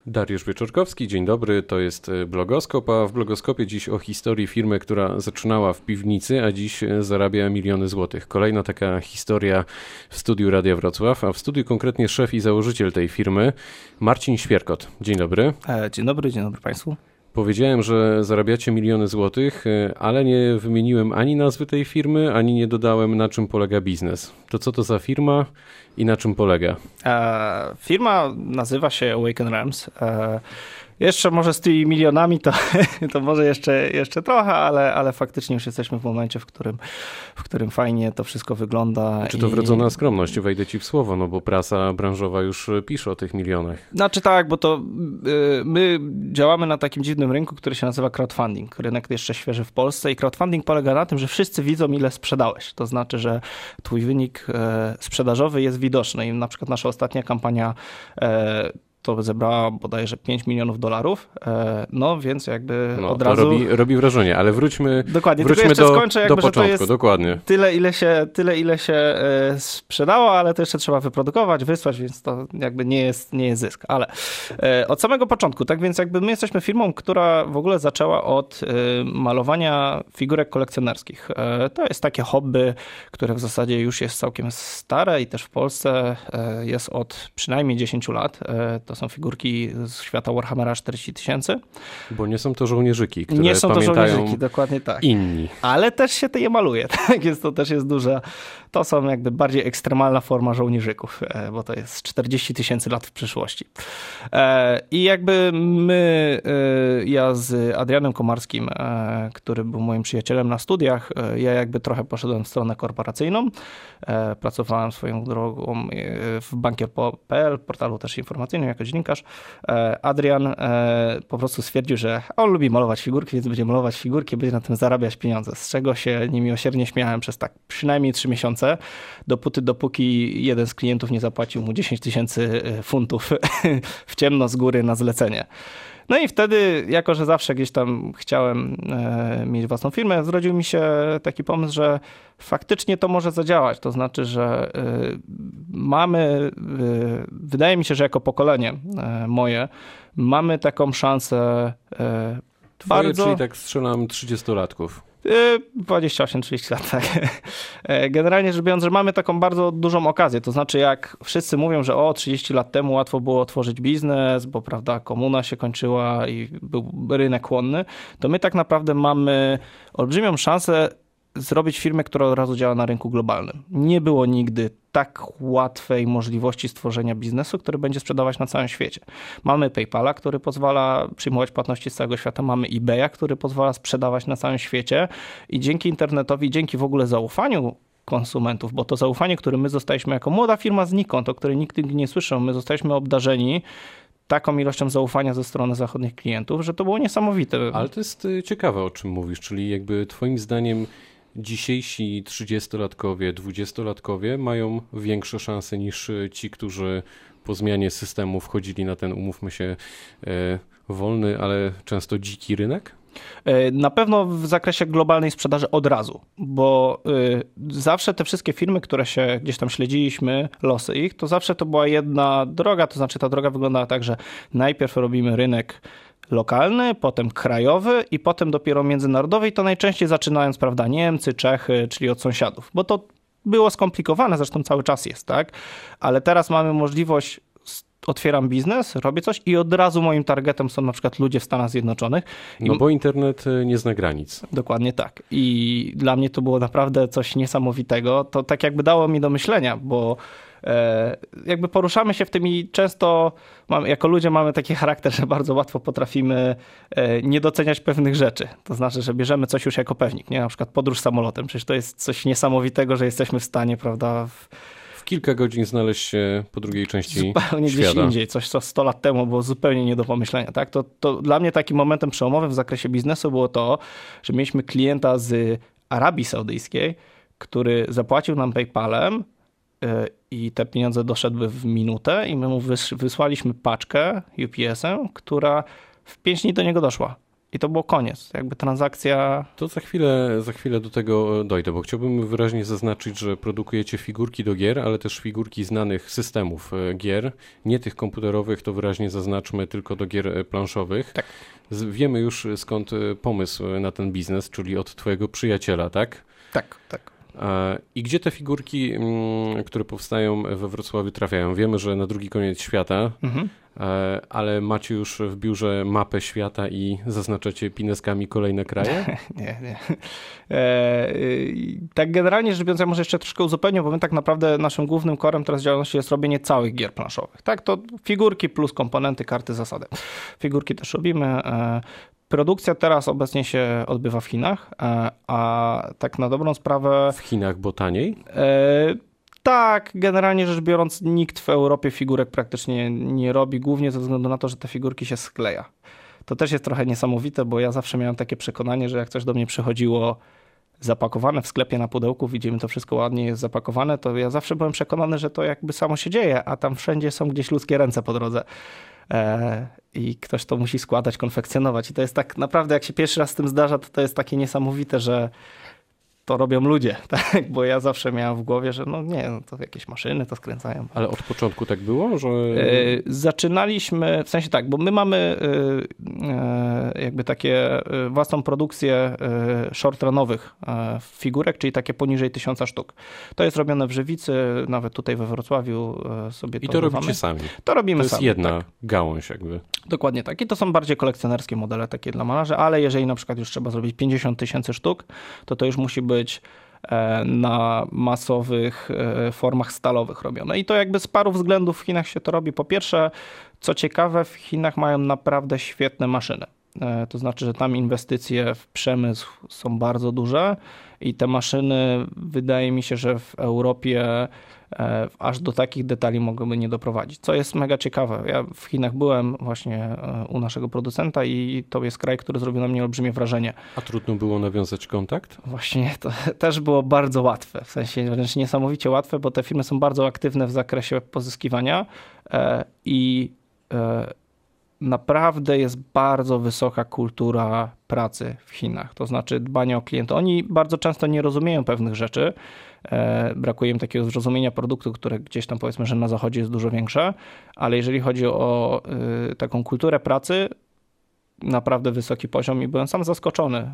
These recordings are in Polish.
Dariusz Wieczorkowski, dzień dobry, to jest Blogoskop, a w Blogoskopie dziś o historii firmy, która zaczynała w piwnicy, a dziś zarabia miliony złotych. Kolejna taka historia w studiu Radia Wrocław, a w studiu konkretnie szef i założyciel tej firmy, Marcin Świerkot. Dzień dobry. Dzień dobry Państwu. Powiedziałem, że zarabiacie miliony złotych, ale nie wymieniłem ani nazwy tej firmy, ani nie dodałem, na czym polega biznes. To co to za firma i na czym polega? Firma nazywa się Awaken Realms. Jeszcze może z tymi milionami to może jeszcze trochę, ale faktycznie już jesteśmy w momencie, w którym fajnie to wszystko wygląda. Czy to wrodzona skromność? Wejdę ci w słowo, no bo prasa branżowa już pisze o tych milionach. Znaczy tak, bo to my działamy na takim dziwnym rynku, który się nazywa crowdfunding. Rynek jeszcze świeży w Polsce i crowdfunding polega na tym, że wszyscy widzą, ile sprzedałeś. To znaczy, że twój wynik sprzedażowy jest widoczny i na przykład nasza ostatnia kampania to zebrała bodajże $5 milionów, no więc jakby od razu... Robi wrażenie, ale wróćmy skończę, do początku, że to jest dokładnie. Tyle, ile się sprzedało, ale to jeszcze trzeba wyprodukować, wysłać, więc to jakby nie jest zysk, ale od samego początku, tak więc jakby my jesteśmy firmą, która w ogóle zaczęła od malowania figurek kolekcjonerskich. To jest takie hobby, które w zasadzie już jest całkiem stare i też w Polsce jest od przynajmniej 10 lat. To są figurki z świata Warhammera 40 000. Bo nie są to żołnierzyki, które nie są to pamiętają żołnierzyki, dokładnie tak. Inni. Ale też się je maluje, tak? To też jest duże. To są jakby bardziej ekstremalna forma żołnierzyków, bo to jest 40 000 lat w przyszłości. I jakby ja z Adrianem Komarskim, który był moim przyjacielem na studiach, ja jakby trochę poszedłem w stronę korporacyjną. Pracowałem swoją drogą w bankier.pl, portalu też informacyjnym jako dziennikarz. Adrian po prostu stwierdził, że on lubi malować figurki, więc będzie malować figurki, będzie na tym zarabiać pieniądze, z czego się niemiłosiernie śmiałem przez tak przynajmniej 3 miesiące, dopóki jeden z klientów nie zapłacił mu 10 000 funtów w ciemno z góry na zlecenie. No i wtedy, jako że zawsze gdzieś tam chciałem mieć własną firmę, zrodził mi się taki pomysł, że faktycznie to może zadziałać. To znaczy, że wydaje mi się, że jako pokolenie moje, mamy taką szansę bardzo... Czyli tak strzelam 30-latków. 28-30 lat, tak. Generalnie rzecz biorąc, że mamy taką bardzo dużą okazję. To znaczy, jak wszyscy mówią, że 30 lat temu łatwo było otworzyć biznes, bo prawda, komuna się kończyła i był rynek chłonny, to my tak naprawdę mamy olbrzymią szansę zrobić firmę, która od razu działa na rynku globalnym. Nie było nigdy tak łatwej możliwości stworzenia biznesu, który będzie sprzedawać na całym świecie. Mamy PayPala, który pozwala przyjmować płatności z całego świata, mamy eBaya, który pozwala sprzedawać na całym świecie i dzięki internetowi, dzięki w ogóle zaufaniu konsumentów, bo to zaufanie, które my zostaliśmy jako młoda firma znikąd, o której nikt nie słyszał, my zostaliśmy obdarzeni taką ilością zaufania ze strony zachodnich klientów, że to było niesamowite. Ale to jest ciekawe, o czym mówisz, czyli jakby twoim zdaniem dzisiejsi 30-latkowie, 20-latkowie mają większe szanse niż ci, którzy po zmianie systemu wchodzili na ten, umówmy się, wolny, ale często dziki rynek? Na pewno w zakresie globalnej sprzedaży od razu, bo zawsze te wszystkie firmy, które się gdzieś tam śledziliśmy, losy ich, to zawsze to była jedna droga, to znaczy ta droga wyglądała tak, że najpierw robimy rynek lokalny, potem krajowy i potem dopiero międzynarodowy i to najczęściej zaczynając, prawda, Niemcy, Czechy, czyli od sąsiadów, bo to było skomplikowane, zresztą cały czas jest, tak? Ale teraz mamy możliwość, otwieram biznes, robię coś i od razu moim targetem są na przykład ludzie w Stanach Zjednoczonych. No bo internet nie zna granic. Dokładnie tak. I dla mnie to było naprawdę coś niesamowitego. To tak jakby dało mi do myślenia, bo jakby poruszamy się w tym i często jako ludzie mamy taki charakter, że bardzo łatwo potrafimy nie doceniać pewnych rzeczy. To znaczy, że bierzemy coś już jako pewnik, nie? Na przykład podróż samolotem. Przecież to jest coś niesamowitego, że jesteśmy w stanie, prawda, w kilka godzin znaleźć się po drugiej części zupełnie świata. Gdzieś indziej, coś co 100 lat temu było zupełnie nie do pomyślenia. Tak? To dla mnie takim momentem przełomowym w zakresie biznesu było to, że mieliśmy klienta z Arabii Saudyjskiej, który zapłacił nam PayPalem i te pieniądze doszedły w minutę i my mu wysłaliśmy paczkę UPS-em, która w 5 dni do niego doszła. I to było koniec. Jakby transakcja... To za chwilę do tego dojdę, bo chciałbym wyraźnie zaznaczyć, że produkujecie figurki do gier, ale też figurki znanych systemów gier, nie tych komputerowych, to wyraźnie zaznaczmy, tylko do gier planszowych. Tak. Wiemy już skąd pomysł na ten biznes, czyli od twojego przyjaciela, tak? Tak. I gdzie te figurki, które powstają we Wrocławiu, trafiają? Wiemy, że na drugi koniec świata, ale macie już w biurze mapę świata i zaznaczacie pineskami kolejne kraje? Nie. Tak generalnie rzecz biorąc, ja może jeszcze troszkę uzupełnię, bo my tak naprawdę naszym głównym korem teraz działalności jest robienie całych gier planszowych. Tak, to figurki plus komponenty, karty, zasady. Figurki też robimy. Produkcja teraz obecnie się odbywa w Chinach, a tak na dobrą sprawę... W Chinach, bo taniej? Tak, generalnie rzecz biorąc nikt w Europie figurek praktycznie nie robi, głównie ze względu na to, że te figurki się skleja. To też jest trochę niesamowite, bo ja zawsze miałem takie przekonanie, że jak coś do mnie przychodziło zapakowane w sklepie na pudełku, widzimy to wszystko ładnie jest zapakowane, to ja zawsze byłem przekonany, że to jakby samo się dzieje, a tam wszędzie są gdzieś ludzkie ręce po drodze. I ktoś to musi składać, konfekcjonować. I to jest tak naprawdę, jak się pierwszy raz z tym zdarza, to jest takie niesamowite, że to robią ludzie, tak? Bo ja zawsze miałem w głowie, że to jakieś maszyny to skręcają. Ale od początku tak było, że... Zaczynaliśmy, w sensie tak, bo my mamy jakby takie własną produkcję short-runowych figurek, czyli takie poniżej 1000 sztuk. To jest robione w Żywicy, nawet tutaj we Wrocławiu sobie I to robicie sami? To robimy sami. To jest jedna gałąź jakby. Dokładnie tak. I to są bardziej kolekcjonerskie modele takie dla malarzy, ale jeżeli na przykład już trzeba zrobić 50 000 sztuk, to już musi być na masowych formach stalowych robione. I to jakby z paru względów w Chinach się to robi. Po pierwsze, co ciekawe, w Chinach mają naprawdę świetne maszyny. To znaczy, że tam inwestycje w przemysł są bardzo duże i te maszyny, wydaje mi się, że w Europie aż do takich detali mogłyby nie doprowadzić. Co jest mega ciekawe. Ja w Chinach byłem właśnie u naszego producenta i to jest kraj, który zrobił na mnie olbrzymie wrażenie. A trudno było nawiązać kontakt? Właśnie to też było bardzo łatwe. W sensie wręcz niesamowicie łatwe, bo te firmy są bardzo aktywne w zakresie pozyskiwania i naprawdę jest bardzo wysoka kultura pracy w Chinach, to znaczy dbania o klienta. Oni bardzo często nie rozumieją pewnych rzeczy, brakuje im takiego zrozumienia produktu, które gdzieś tam powiedzmy, że na zachodzie jest dużo większe, ale jeżeli chodzi o taką kulturę pracy, naprawdę wysoki poziom i byłem sam zaskoczony,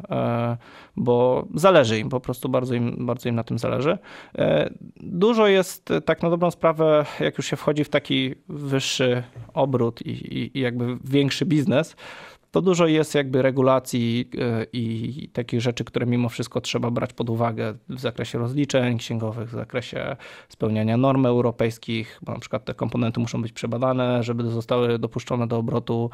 bo zależy im, po prostu bardzo im na tym zależy. Dużo jest, tak na dobrą sprawę, jak już się wchodzi w taki wyższy obrót i jakby większy biznes, to dużo jest jakby regulacji i takich rzeczy, które mimo wszystko trzeba brać pod uwagę w zakresie rozliczeń księgowych, w zakresie spełniania norm europejskich, bo na przykład te komponenty muszą być przebadane, żeby zostały dopuszczone do obrotu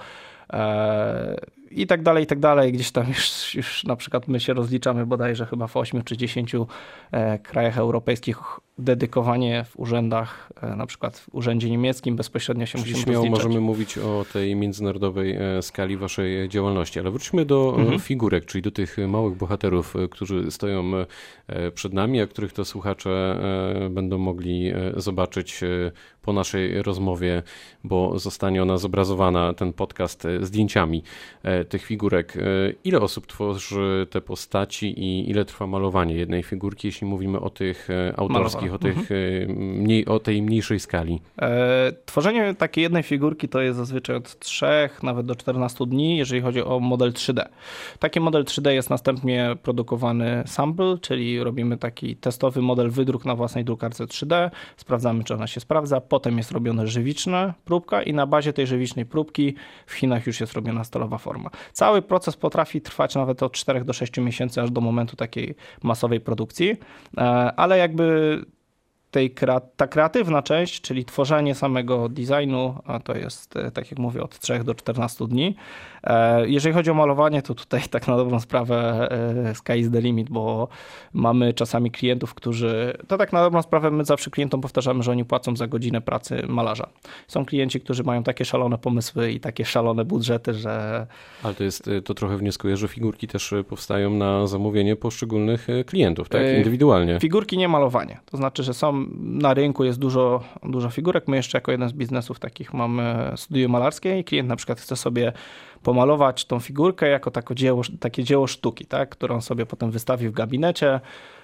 i tak dalej. Gdzieś tam już na przykład my się rozliczamy bodajże chyba w 8 czy 10 krajach europejskich dedykowanie w urzędach, na przykład w urzędzie niemieckim bezpośrednio się musimy śmiało rozliczać. Możemy mówić o tej międzynarodowej skali waszej działalności, ale wróćmy do figurek, czyli do tych małych bohaterów, którzy stoją przed nami, a których to słuchacze będą mogli zobaczyć po naszej rozmowie, bo zostanie ona zobrazowana, ten podcast, zdjęciami tych figurek. Ile osób tworzy te postaci i ile trwa malowanie jednej figurki, jeśli mówimy o tych autorskich, o tej mniejszej skali? Tworzenie takiej jednej figurki to jest zazwyczaj od 3 nawet do 14 dni, jeżeli chodzi o model 3D. Taki model 3D jest następnie produkowany sample, czyli robimy taki testowy model wydruk na własnej drukarce 3D, sprawdzamy, czy ona się sprawdza, potem jest robiona żywiczna próbka i na bazie tej żywicznej próbki w Chinach już jest robiona stalowa forma. Cały proces potrafi trwać nawet od 4 do 6 miesięcy, aż do momentu takiej masowej produkcji, ale jakby ta kreatywna część, czyli tworzenie samego designu, a to jest, tak jak mówię, od 3 do 14 dni. Jeżeli chodzi o malowanie, to tutaj tak na dobrą sprawę sky is the limit, bo mamy czasami klientów, którzy, to tak na dobrą sprawę my zawsze klientom powtarzamy, że oni płacą za godzinę pracy malarza. Są klienci, którzy mają takie szalone pomysły i takie szalone budżety, że... Ale to trochę wnioskuje, że figurki też powstają na zamówienie poszczególnych klientów, tak? Indywidualnie. Figurki, nie malowanie. To znaczy, że na rynku jest dużo figurek. My jeszcze jako jeden z biznesów takich mamy studio malarskie i klient na przykład chce sobie pomalować tą figurkę jako takie dzieło sztuki, tak? Które on sobie potem wystawi w gabinecie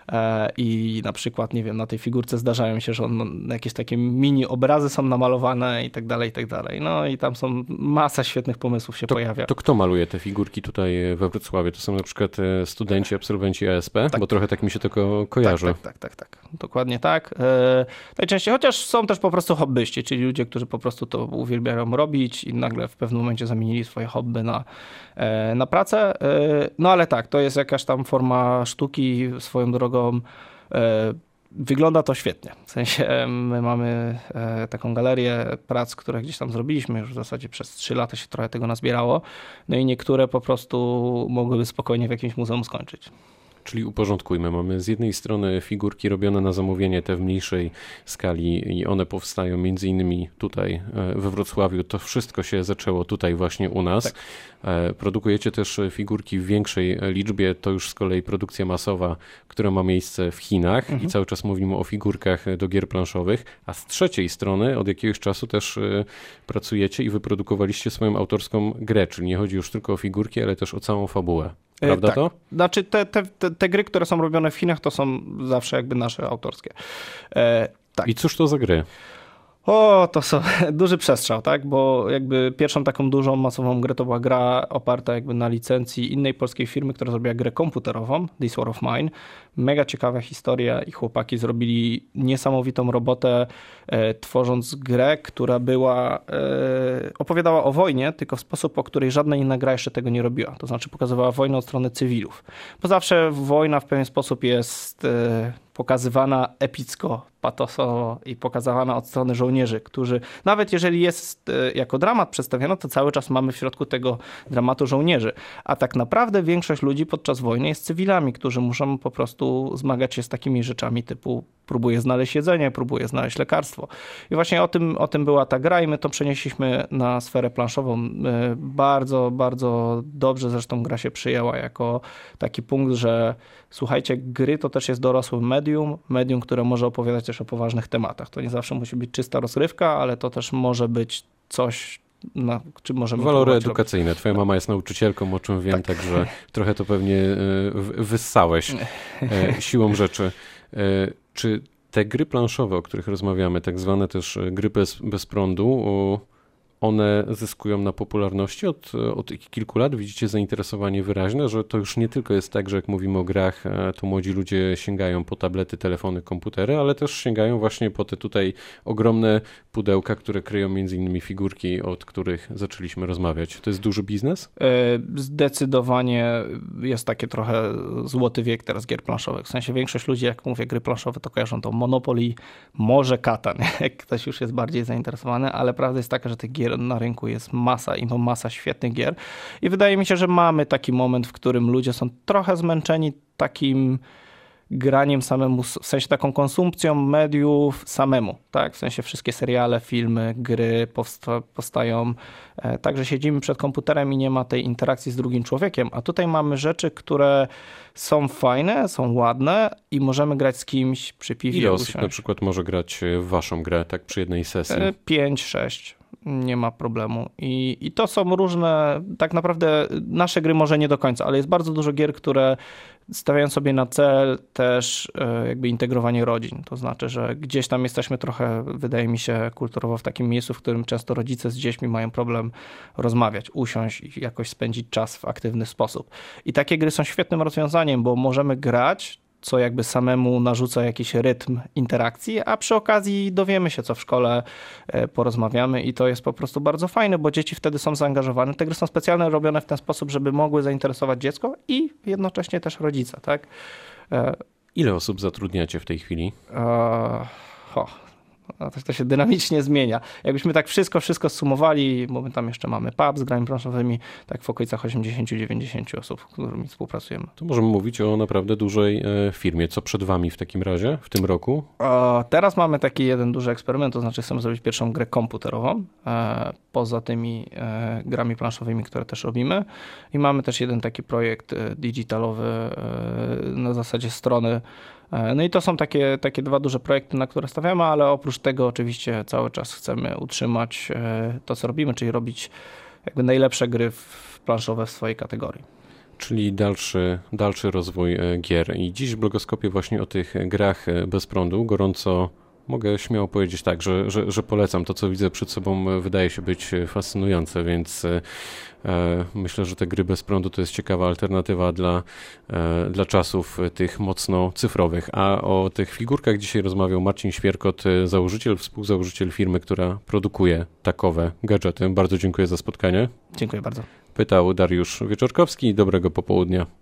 i na przykład, nie wiem, na tej figurce zdarzają się, że jakieś takie mini obrazy są namalowane i tak dalej, i tak dalej. No i tam są masa świetnych pomysłów się pojawia. To kto maluje te figurki tutaj we Wrocławiu? To są na przykład studenci, absolwenci ASP? Tak. Bo trochę tak mi się to kojarzy. Tak. Dokładnie tak. Najczęściej, chociaż są też po prostu hobbyści, czyli ludzie, którzy po prostu to uwielbiają robić i nagle w pewnym momencie zamienili swoje hobby na pracę. No ale tak, to jest jakaś tam forma sztuki swoją drogą. Wygląda to świetnie. W sensie my mamy taką galerię prac, które gdzieś tam zrobiliśmy. Już w zasadzie przez 3 lata się trochę tego nazbierało. No i niektóre po prostu mogłyby spokojnie w jakimś muzeum skończyć. Czyli uporządkujmy. Mamy z jednej strony figurki robione na zamówienie, te w mniejszej skali i one powstają między innymi tutaj we Wrocławiu. To wszystko się zaczęło tutaj właśnie u nas. Tak. Produkujecie też figurki w większej liczbie. To już z kolei produkcja masowa, która ma miejsce w Chinach i cały czas mówimy o figurkach do gier planszowych. A z trzeciej strony od jakiegoś czasu też pracujecie i wyprodukowaliście swoją autorską grę, czyli nie chodzi już tylko o figurki, ale też o całą fabułę. Prawda tak. To? Znaczy te gry, które są robione w Chinach, to są zawsze jakby nasze autorskie. Tak. I cóż to za gry? To są duży przestrzał, tak? Bo jakby pierwszą taką dużą, masową grę to była gra oparta jakby na licencji innej polskiej firmy, która zrobiła grę komputerową, This War of Mine. Mega ciekawa historia i chłopaki zrobili niesamowitą robotę, tworząc grę, która opowiadała o wojnie, tylko w sposób, o której żadna inna gra jeszcze tego nie robiła. To znaczy pokazywała wojnę od strony cywilów. Bo zawsze wojna w pewien sposób jest pokazywana epicko, patosowo i pokazywana od strony żołnierzy, którzy nawet jeżeli jest jako dramat przedstawiano, to cały czas mamy w środku tego dramatu żołnierzy. A tak naprawdę większość ludzi podczas wojny jest cywilami, którzy muszą po prostu zmagać się z takimi rzeczami typu próbuje znaleźć jedzenie, próbuje znaleźć lekarstwo. I właśnie o tym była ta gra i my to przenieśliśmy na sferę planszową. Bardzo, bardzo dobrze zresztą gra się przyjęła jako taki punkt, że słuchajcie, gry to też jest dorosłe medium, które może opowiadać też o poważnych tematach. To nie zawsze musi być czysta rozrywka, ale to też może być coś, na czym możemy walory edukacyjne. Robić. Twoja mama jest nauczycielką, o czym wiem, tak. Także trochę to pewnie wyssałeś siłą rzeczy. Czy te gry planszowe, o których rozmawiamy, tak zwane też gry bez prądu, one zyskują na popularności od kilku lat? Widzicie zainteresowanie wyraźne, że to już nie tylko jest tak, że jak mówimy o grach, to młodzi ludzie sięgają po tablety, telefony, komputery, ale też sięgają właśnie po te tutaj ogromne pudełka, które kryją między innymi figurki, od których zaczęliśmy rozmawiać. To jest duży biznes? Zdecydowanie jest takie trochę złoty wiek teraz gier planszowych. W sensie większość ludzi, jak mówię gry planszowe, to kojarzą to Monopoly, może Katan, jak ktoś już jest bardziej zainteresowany, ale prawda jest taka, że tych gier na rynku jest masa i to masa świetnych gier. I wydaje mi się, że mamy taki moment, w którym ludzie są trochę zmęczeni takim graniem samemu, w sensie taką konsumpcją mediów samemu, tak? W sensie wszystkie seriale, filmy, gry powstają tak, że siedzimy przed komputerem i nie ma tej interakcji z drugim człowiekiem, a tutaj mamy rzeczy, które są fajne, są ładne i możemy grać z kimś przy piwie. Ile osób na przykład może grać w waszą grę tak przy jednej sesji? 5, 6. Nie ma problemu. I to są różne, tak naprawdę nasze gry może nie do końca, ale jest bardzo dużo gier, które stawiają sobie na cel też jakby integrowanie rodzin. To znaczy, że gdzieś tam jesteśmy trochę, wydaje mi się, kulturowo w takim miejscu, w którym często rodzice z dziećmi mają problem rozmawiać, usiąść i jakoś spędzić czas w aktywny sposób. I takie gry są świetnym rozwiązaniem, bo możemy grać, co jakby samemu narzuca jakiś rytm interakcji, a przy okazji dowiemy się, co w szkole, porozmawiamy i to jest po prostu bardzo fajne, bo dzieci wtedy są zaangażowane. Te gry są specjalnie robione w ten sposób, żeby mogły zainteresować dziecko i jednocześnie też rodzica, tak? Ile osób zatrudniacie w tej chwili? To się dynamicznie zmienia. Jakbyśmy tak wszystko zsumowali, bo my tam jeszcze mamy pub z grami planszowymi, tak w okolicach 80-90 osób, z którymi współpracujemy. To możemy mówić o naprawdę dużej firmie. Co przed wami w takim razie, w tym roku? Teraz mamy taki jeden duży eksperyment, to znaczy chcemy zrobić pierwszą grę komputerową, poza tymi grami planszowymi, które też robimy. I mamy też jeden taki projekt digitalowy na zasadzie strony. No i to są takie 2 duże projekty, na które stawiamy, ale oprócz tego oczywiście cały czas chcemy utrzymać to, co robimy, czyli robić jakby najlepsze gry planszowe w swojej kategorii. Czyli dalszy rozwój gier. I dziś w Blogoskopie właśnie o tych grach bez prądu gorąco mogę śmiało powiedzieć tak, że polecam. To, co widzę przed sobą, wydaje się być fascynujące, więc myślę, że te gry bez prądu to jest ciekawa alternatywa dla czasów tych mocno cyfrowych. A o tych figurkach dzisiaj rozmawiał Marcin Świerkot, współzałożyciel firmy, która produkuje takowe gadżety. Bardzo dziękuję za spotkanie. Dziękuję bardzo. Pytał Dariusz Wieczorkowski. Dobrego popołudnia.